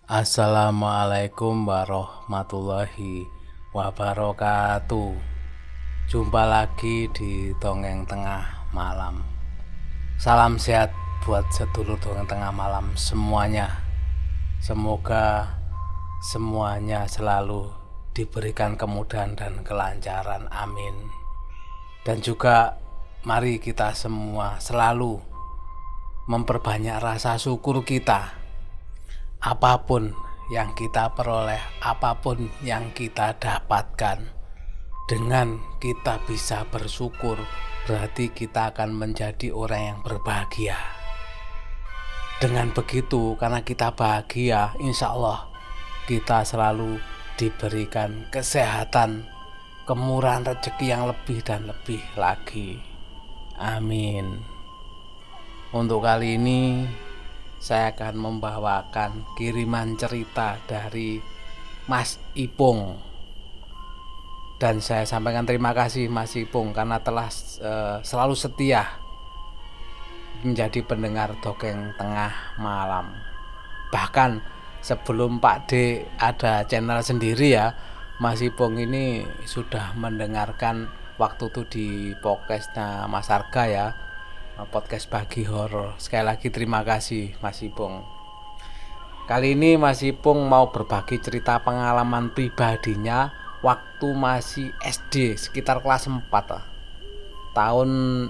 Assalamualaikum warahmatullahi wabarakatuh. Jumpa lagi di Dongeng Tengah Malam. Salam sehat buat sedulur Dongeng Tengah Malam semuanya. Semoga semuanya selalu diberikan kemudahan dan kelancaran, amin. Dan juga mari kita semua selalu memperbanyak rasa syukur kita. Apapun yang kita peroleh, apapun yang kita dapatkan, dengan kita bisa bersyukur, berarti kita akan menjadi orang yang berbahagia. Dengan begitu, karena kita bahagia, insya Allah kita selalu diberikan kesehatan, kemurahan rezeki yang lebih dan lebih lagi. Amin. Untuk kali ini saya akan membawakan kiriman cerita dari Mas Ipung. Dan saya sampaikan terima kasih Mas Ipung karena telah selalu setia menjadi pendengar Dongeng Tengah Malam. Bahkan sebelum Pak D ada channel sendiri ya, Mas Ipung ini sudah mendengarkan waktu itu di podcastnya Mas Arga ya, podcast Pagi Horor. Sekali lagi terima kasih Mas Ipung. Kali ini Mas Ipung mau berbagi cerita pengalaman pribadinya waktu masih SD, sekitar kelas 4 tahun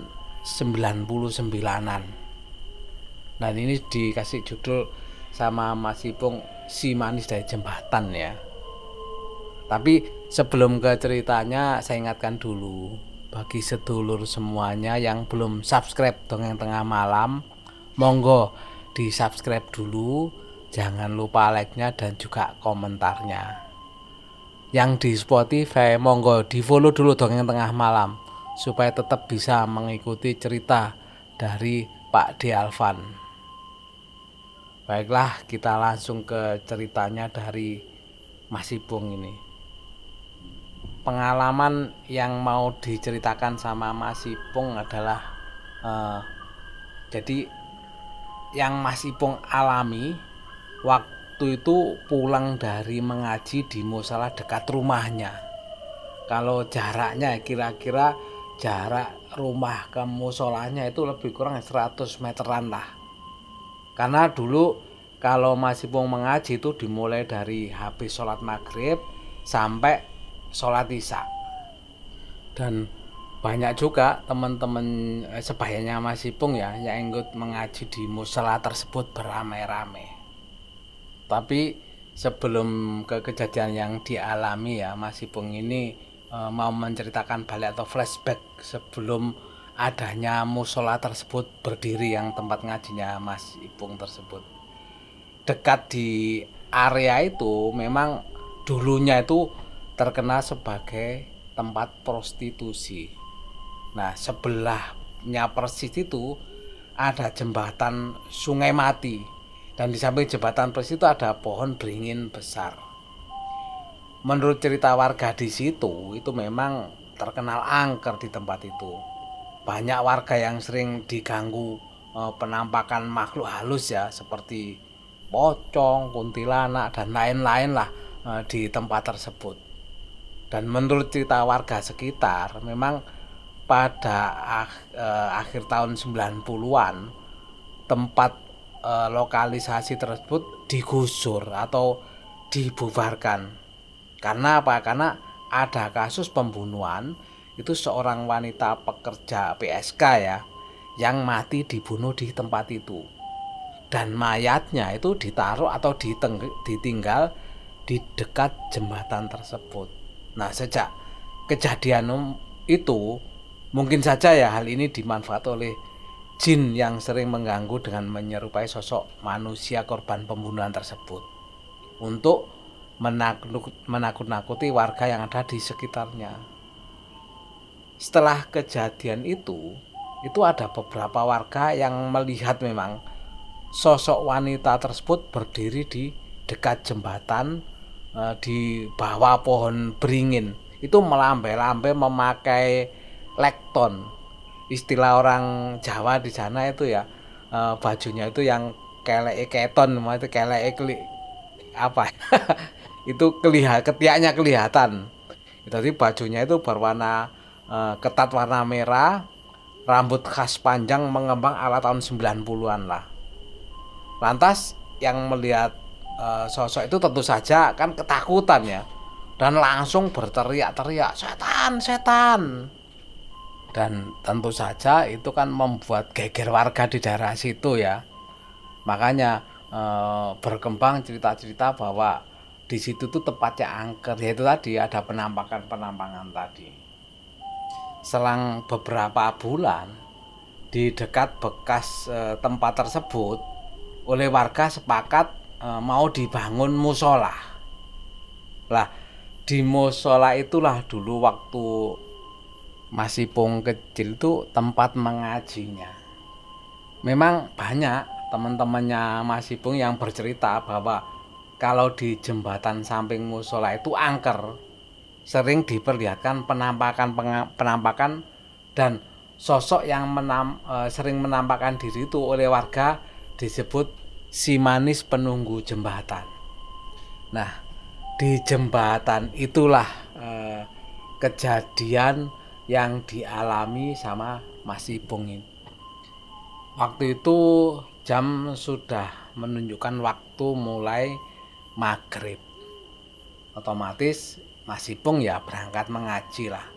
99-an. Nah ini dikasih judul sama Mas Ipung, Si Manis dari Jembatan ya. Tapi sebelum ke ceritanya, saya ingatkan dulu bagi sedulur semuanya yang belum subscribe Dongeng Tengah Malam, monggo di subscribe dulu, jangan lupa like-nya dan juga komentarnya. Yang di Spotify monggo di follow dulu Dongeng Tengah Malam supaya tetap bisa mengikuti cerita dari Pak D. Alvan. Baiklah, kita langsung ke ceritanya dari Mas Ipung ini. Pengalaman yang mau diceritakan sama Mas Ipung adalah jadi yang Mas Ipung alami waktu itu pulang dari mengaji di musola dekat rumahnya. Kalau jaraknya kira-kira jarak rumah ke musolanya itu lebih kurang 100 meteran lah. Karena dulu kalau Mas Ipung mengaji itu dimulai dari habis sholat maghrib sampai sholat isya. Dan banyak juga teman-teman sebayanya Mas Ipung ya yang ikut mengaji di musola tersebut beramai-ramai. Tapi sebelum ke kejadian yang dialami ya, Mas Ipung ini mau menceritakan balik atau flashback sebelum adanya musola tersebut berdiri, yang tempat ngajinya Mas Ipung tersebut. Dekat di area itu memang dulunya itu terkenal sebagai tempat prostitusi. Nah, sebelahnya persis itu ada jembatan Sungai Mati, dan di samping jembatan persis itu ada pohon beringin besar. Menurut cerita warga di situ, itu memang terkenal angker di tempat itu. Banyak warga yang sering diganggu penampakan makhluk halus ya, seperti pocong, kuntilanak dan lain-lain lah di tempat tersebut. Dan menurut cerita warga sekitar, memang pada akhir tahun 90-an tempat lokalisasi tersebut digusur atau dibubarkan. Karena apa? Karena ada kasus pembunuhan, itu seorang wanita pekerja PSK ya, yang mati dibunuh di tempat itu. Dan mayatnya itu ditaruh atau ditinggal di dekat jembatan tersebut. Nah, sejak kejadian itu mungkin saja ya hal ini dimanfaat oleh jin yang sering mengganggu dengan menyerupai sosok manusia korban pembunuhan tersebut untuk menakut-nakuti warga yang ada di sekitarnya. Setelah kejadian itu ada beberapa warga yang melihat memang sosok wanita tersebut berdiri di dekat jembatan di bawah pohon beringin, itu melambai-lambai memakai lekton. Istilah orang Jawa di sana itu ya, bajunya itu yang kelek keton, itu kelek apa itu ketiaknya kelihatan. Jadi bajunya itu berwarna ketat warna merah, rambut khas panjang mengembang ala tahun 90-an lah. Lantas yang melihat sosok itu tentu saja kan ketakutan ya, dan langsung berteriak-teriak, setan, setan. Dan tentu saja itu kan membuat geger warga di daerah situ ya. Makanya berkembang cerita-cerita bahwa di situ tuh tempatnya angker, yaitu tadi ada penampakan tadi. Selang beberapa bulan di dekat bekas tempat tersebut, oleh warga sepakat mau dibangun musola. Lah, di musola itulah dulu waktu Mas Ipung kecil tuh tempat mengajinya. Memang banyak teman-temannya Mas Ipung yang bercerita bahwa kalau di jembatan samping musola itu angker, sering diperlihatkan penampakan dan sosok yang sering menampakkan diri itu oleh warga disebut si manis penunggu jembatan. Nah, di jembatan itulah kejadian yang dialami sama Mas Ipung ini. Waktu itu jam sudah menunjukkan waktu mulai maghrib. Otomatis Mas Ipung ya berangkat mengaji lah.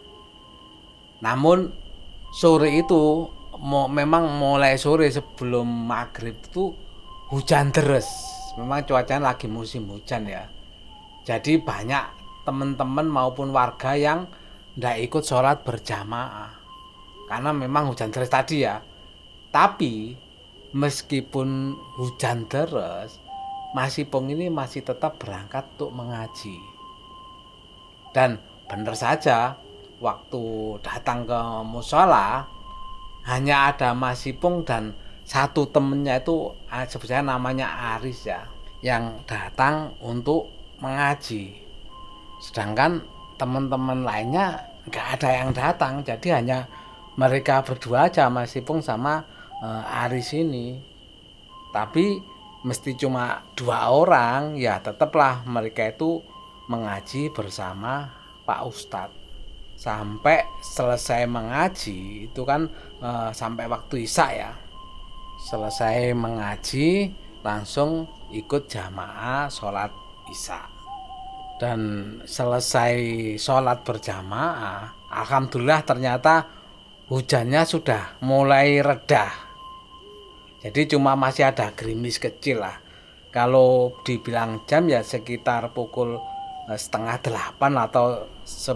Namun sore itu memang mulai sore sebelum maghrib itu hujan deras. Memang cuacanya lagi musim hujan ya. Jadi banyak teman-teman maupun warga yang tidak ikut sholat berjamaah karena memang hujan deras tadi ya. Tapi meskipun hujan deras, Mas Ipung ini masih tetap berangkat untuk mengaji. Dan benar saja, waktu datang ke musola hanya ada Mas Ipung dan satu temennya itu sebenarnya namanya Aris ya, yang datang untuk mengaji. Sedangkan teman-teman lainnya nggak ada yang datang, jadi hanya mereka berdua aja, Mas Ipung sama Aris ini. Tapi mesti cuma 2 orang ya, tetaplah mereka itu mengaji bersama Pak Ustadz sampai selesai mengaji itu kan sampai waktu isya ya. Selesai mengaji langsung ikut jamaah sholat isya. Dan selesai sholat berjamaah, alhamdulillah ternyata hujannya sudah mulai reda. Jadi cuma masih ada gerimis kecil lah. Kalau dibilang jam ya sekitar pukul 7:30 atau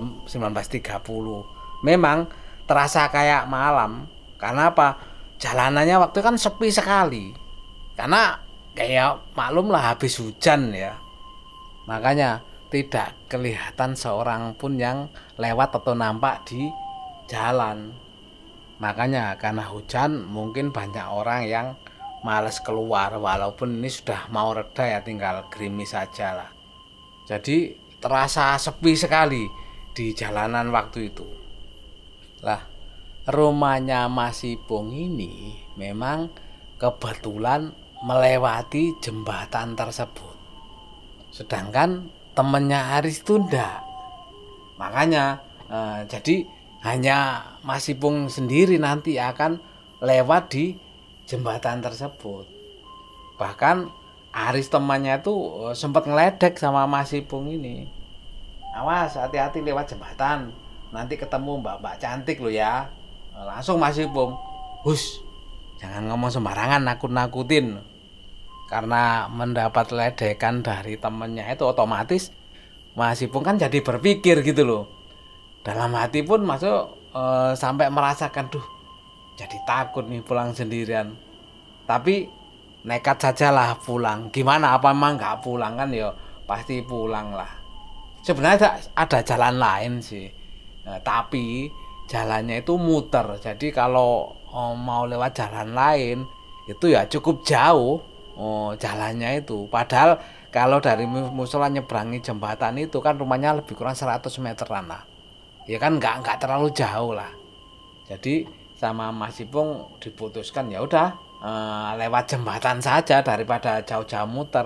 19.30. Memang terasa kayak malam. Karena apa? Jalanannya waktu kan sepi sekali. Karena kayak maklum lah habis hujan ya. Makanya tidak kelihatan seorang pun yang lewat atau nampak di jalan. Makanya karena hujan mungkin banyak orang yang malas keluar, walaupun ini sudah mau reda ya, tinggal gerimis saja lah. Jadi terasa sepi sekali di jalanan waktu itu. Lah, rumahnya Mas Ipung ini memang kebetulan melewati jembatan tersebut. Sedangkan temennya Aris itu enggak. Makanya jadi hanya Mas Ipung sendiri nanti akan lewat di jembatan tersebut. Bahkan Aris temannya itu sempat ngeledek sama Mas Ipung ini. Awas, hati-hati lewat jembatan, nanti ketemu mbak-mbak cantik lo ya. Langsung Mas Ipung, hus, jangan ngomong sembarangan, nakut-nakutin. Karena mendapat ledekan dari temennya itu, otomatis Mas Ipung kan jadi berpikir gitu loh. Dalam hati pun masuk sampai merasakan, duh, jadi takut nih pulang sendirian. Tapi nekat sajalah pulang. Gimana, apa emang nggak pulang kan ya pasti pulang lah. Sebenarnya ada jalan lain sih, tapi jalannya itu muter. Jadi kalau mau lewat jalan lain itu ya cukup jauh jalannya itu. Padahal kalau dari musola nyeberangi jembatan itu kan rumahnya lebih kurang 100 meteran lah. Ya kan nggak terlalu jauh lah. Jadi sama Mas Ipung diputuskan ya udah lewat jembatan saja daripada jauh-jauh muter.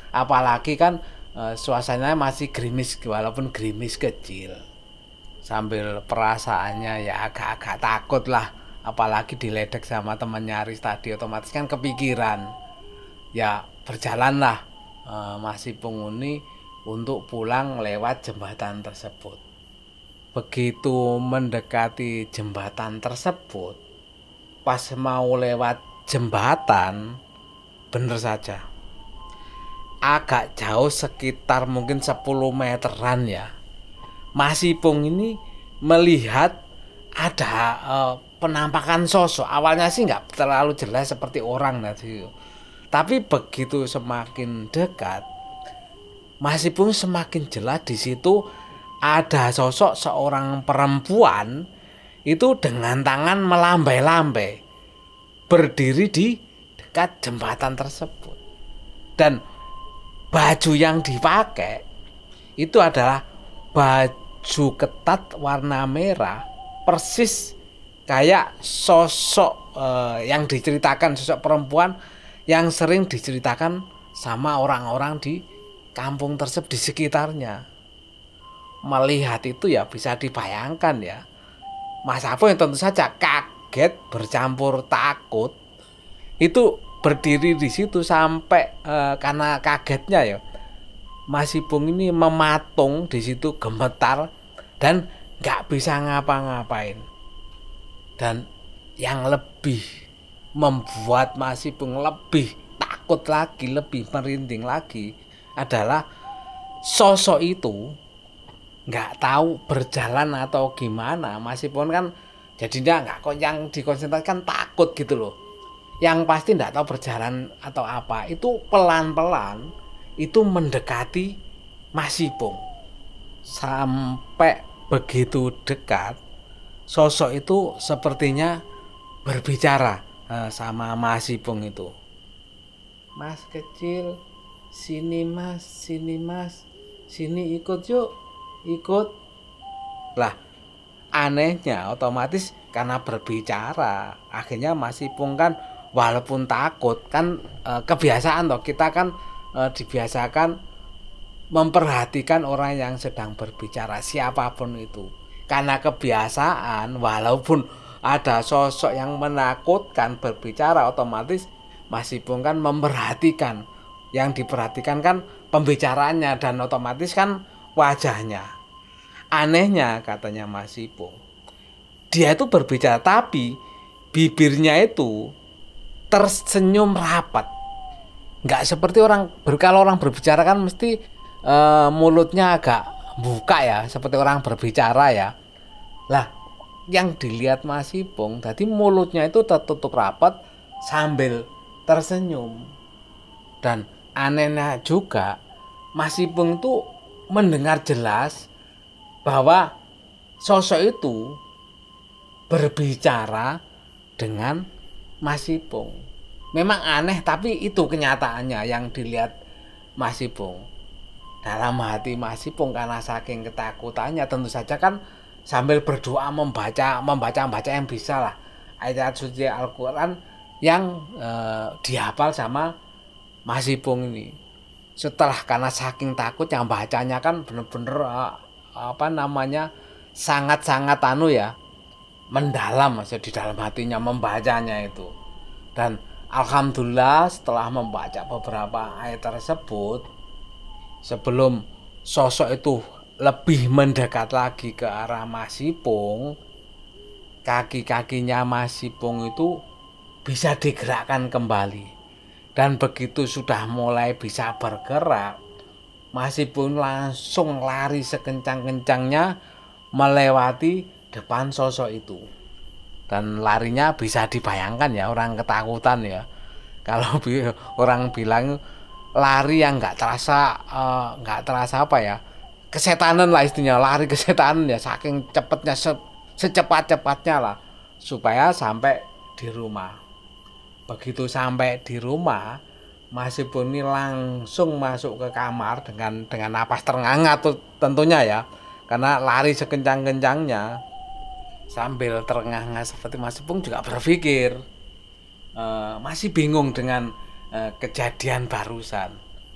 apalagi kan suasananya masih gerimis walaupun gerimis kecil. Sambil perasaannya ya agak-agak takut lah, apalagi diledek sama temannya Aris tadi, otomatis kan kepikiran. Ya berjalanlah Mas Ipung ini untuk pulang lewat jembatan tersebut. Begitu mendekati jembatan tersebut, pas mau lewat jembatan, bener saja agak jauh sekitar mungkin 10 meteran ya, Mas Ipung ini melihat ada penampakan sosok. Awalnya sih nggak terlalu jelas seperti orang tadi, tapi begitu semakin dekat, Mas Ipung semakin jelas di situ ada sosok seorang perempuan itu dengan tangan melambai-lambai berdiri di dekat jembatan tersebut. Dan baju yang dipakai itu adalah baju ketat warna merah, persis kayak sosok yang diceritakan, sosok perempuan yang sering diceritakan sama orang-orang di kampung tersebut, di sekitarnya. Melihat itu ya bisa dibayangkan ya, Mas Apo yang tentu saja kaget bercampur takut itu berdiri di situ sampai karena kagetnya ya, Mas Ipung ini mematung di situ, gemetar dan nggak bisa ngapa-ngapain. Dan yang lebih membuat Mas Ipung lebih takut lagi, lebih merinding lagi adalah sosok itu nggak tahu berjalan atau gimana. Mas Ipung kan jadinya nggak kok yang dikonsentrasikan takut gitu loh. Yang pasti nggak tahu berjalan atau apa. Itu pelan-pelan itu mendekati Mas Ipung. Sampai begitu dekat, sosok itu sepertinya berbicara sama Mas Ipung itu. Mas kecil, sini mas, sini ikut yuk, ikut. Lah, anehnya otomatis karena berbicara, akhirnya Mas Ipung kan walaupun takut kan kebiasaan toh, kita kan dibiasakan memperhatikan orang yang sedang berbicara, siapapun itu. Karena kebiasaan, walaupun ada sosok yang menakutkan berbicara, otomatis Mas Ipung kan memperhatikan. Yang diperhatikan kan pembicaraannya dan otomatis kan wajahnya. Anehnya katanya Mas Ipung, dia itu berbicara tapi bibirnya itu tersenyum rapat. Nggak seperti kalau orang berbicara kan mesti mulutnya agak buka ya, seperti orang berbicara ya. Lah, yang dilihat Mas Ipung tadi mulutnya itu tertutup rapat sambil tersenyum. Dan anehnya juga Mas Ipung itu mendengar jelas bahwa sosok itu berbicara dengan Mas Ipung. Memang aneh tapi itu kenyataannya yang dilihat Mas Ipung. Dalam hati Mas Ipung karena saking ketakutannya tentu saja kan sambil berdoa membaca yang bisa lah ayat suci Al-Quran yang dihafal sama Mas Ipung ini. Setelah karena saking takut yang bacanya kan bener-bener sangat-sangat mendalam, maksudnya di dalam hatinya membacanya itu. Dan alhamdulillah setelah membaca beberapa ayat tersebut, sebelum sosok itu lebih mendekat lagi ke arah Mas Ipung, kaki-kakinya Mas Ipung itu bisa digerakkan kembali. Dan begitu sudah mulai bisa bergerak, Mas Ipung langsung lari sekencang-kencangnya melewati depan sosok itu. Dan larinya bisa dibayangkan ya, orang ketakutan ya. Kalau orang bilang lari yang nggak terasa apa ya, kesetanan lah istilahnya, lari kesetanan ya, saking cepatnya, secepat-cepatnya lah supaya sampai di rumah. Begitu sampai di rumah, Mas Ipung ini langsung masuk ke kamar dengan napas terengah tuh tentunya ya, karena lari sekencang-kencangnya. Sambil terengah-engah seperti Mas Ipung juga berpikir, masih bingung dengan kejadian barusan.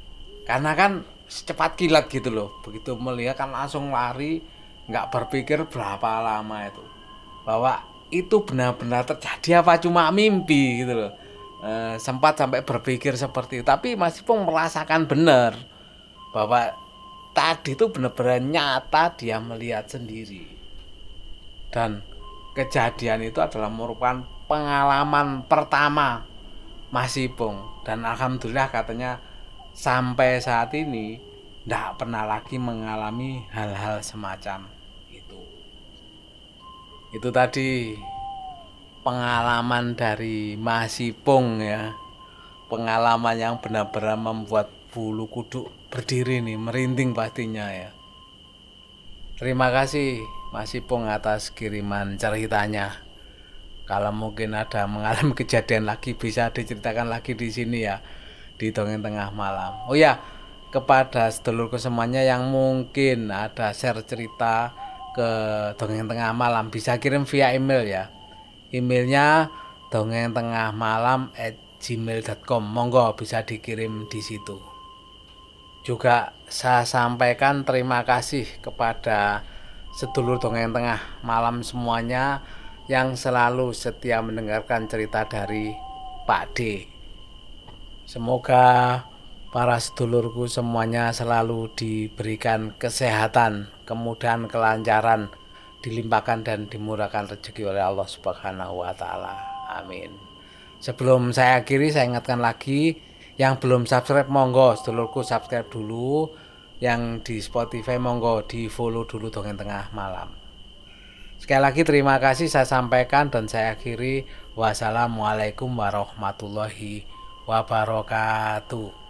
Karena kan secepat kilat gitu loh. Begitu melihat kan langsung lari, nggak berpikir berapa lama itu. Bahwa itu benar-benar terjadi apa cuma mimpi gitu loh. Sempat sampai berpikir seperti itu. Tapi Mas Ipong merasakan benar bahwa tadi itu benar-benar nyata dia melihat sendiri. Dan kejadian itu adalah merupakan pengalaman pertama Mas Ipong. Dan alhamdulillah katanya sampai saat ini tidak pernah lagi mengalami hal-hal semacam itu. Itu tadi pengalaman dari Mas Ipong ya. Pengalaman yang benar-benar membuat bulu kuduk berdiri nih, merinding pastinya ya. Terima kasih Mas Ipong atas kiriman ceritanya. Kalau mungkin ada mengalami kejadian lagi bisa diceritakan lagi di sini ya, di Dongeng Tengah Malam. Oh ya, kepada sedulurku semuanya yang mungkin ada share cerita ke Dongeng Tengah Malam bisa kirim via email ya. Emailnya dongengtengahmalam@gmail.com. Monggo bisa dikirim di situ. Juga saya sampaikan terima kasih kepada sedulur Dongeng Tengah Malam semuanya yang selalu setia mendengarkan cerita dari Pak D. Semoga para sedulurku semuanya selalu diberikan kesehatan, kemudahan, kelancaran, dilimpahkan dan dimurahkan rezeki oleh Allah Subhanahu wa taala. Amin. Sebelum saya akhiri, saya ingatkan lagi yang belum subscribe monggo sedulurku subscribe dulu, yang di Spotify monggo di follow dulu Dongeng Tengah Malam. Sekali lagi terima kasih saya sampaikan dan saya akhiri. Wassalamualaikum warahmatullahi wabarakatuh.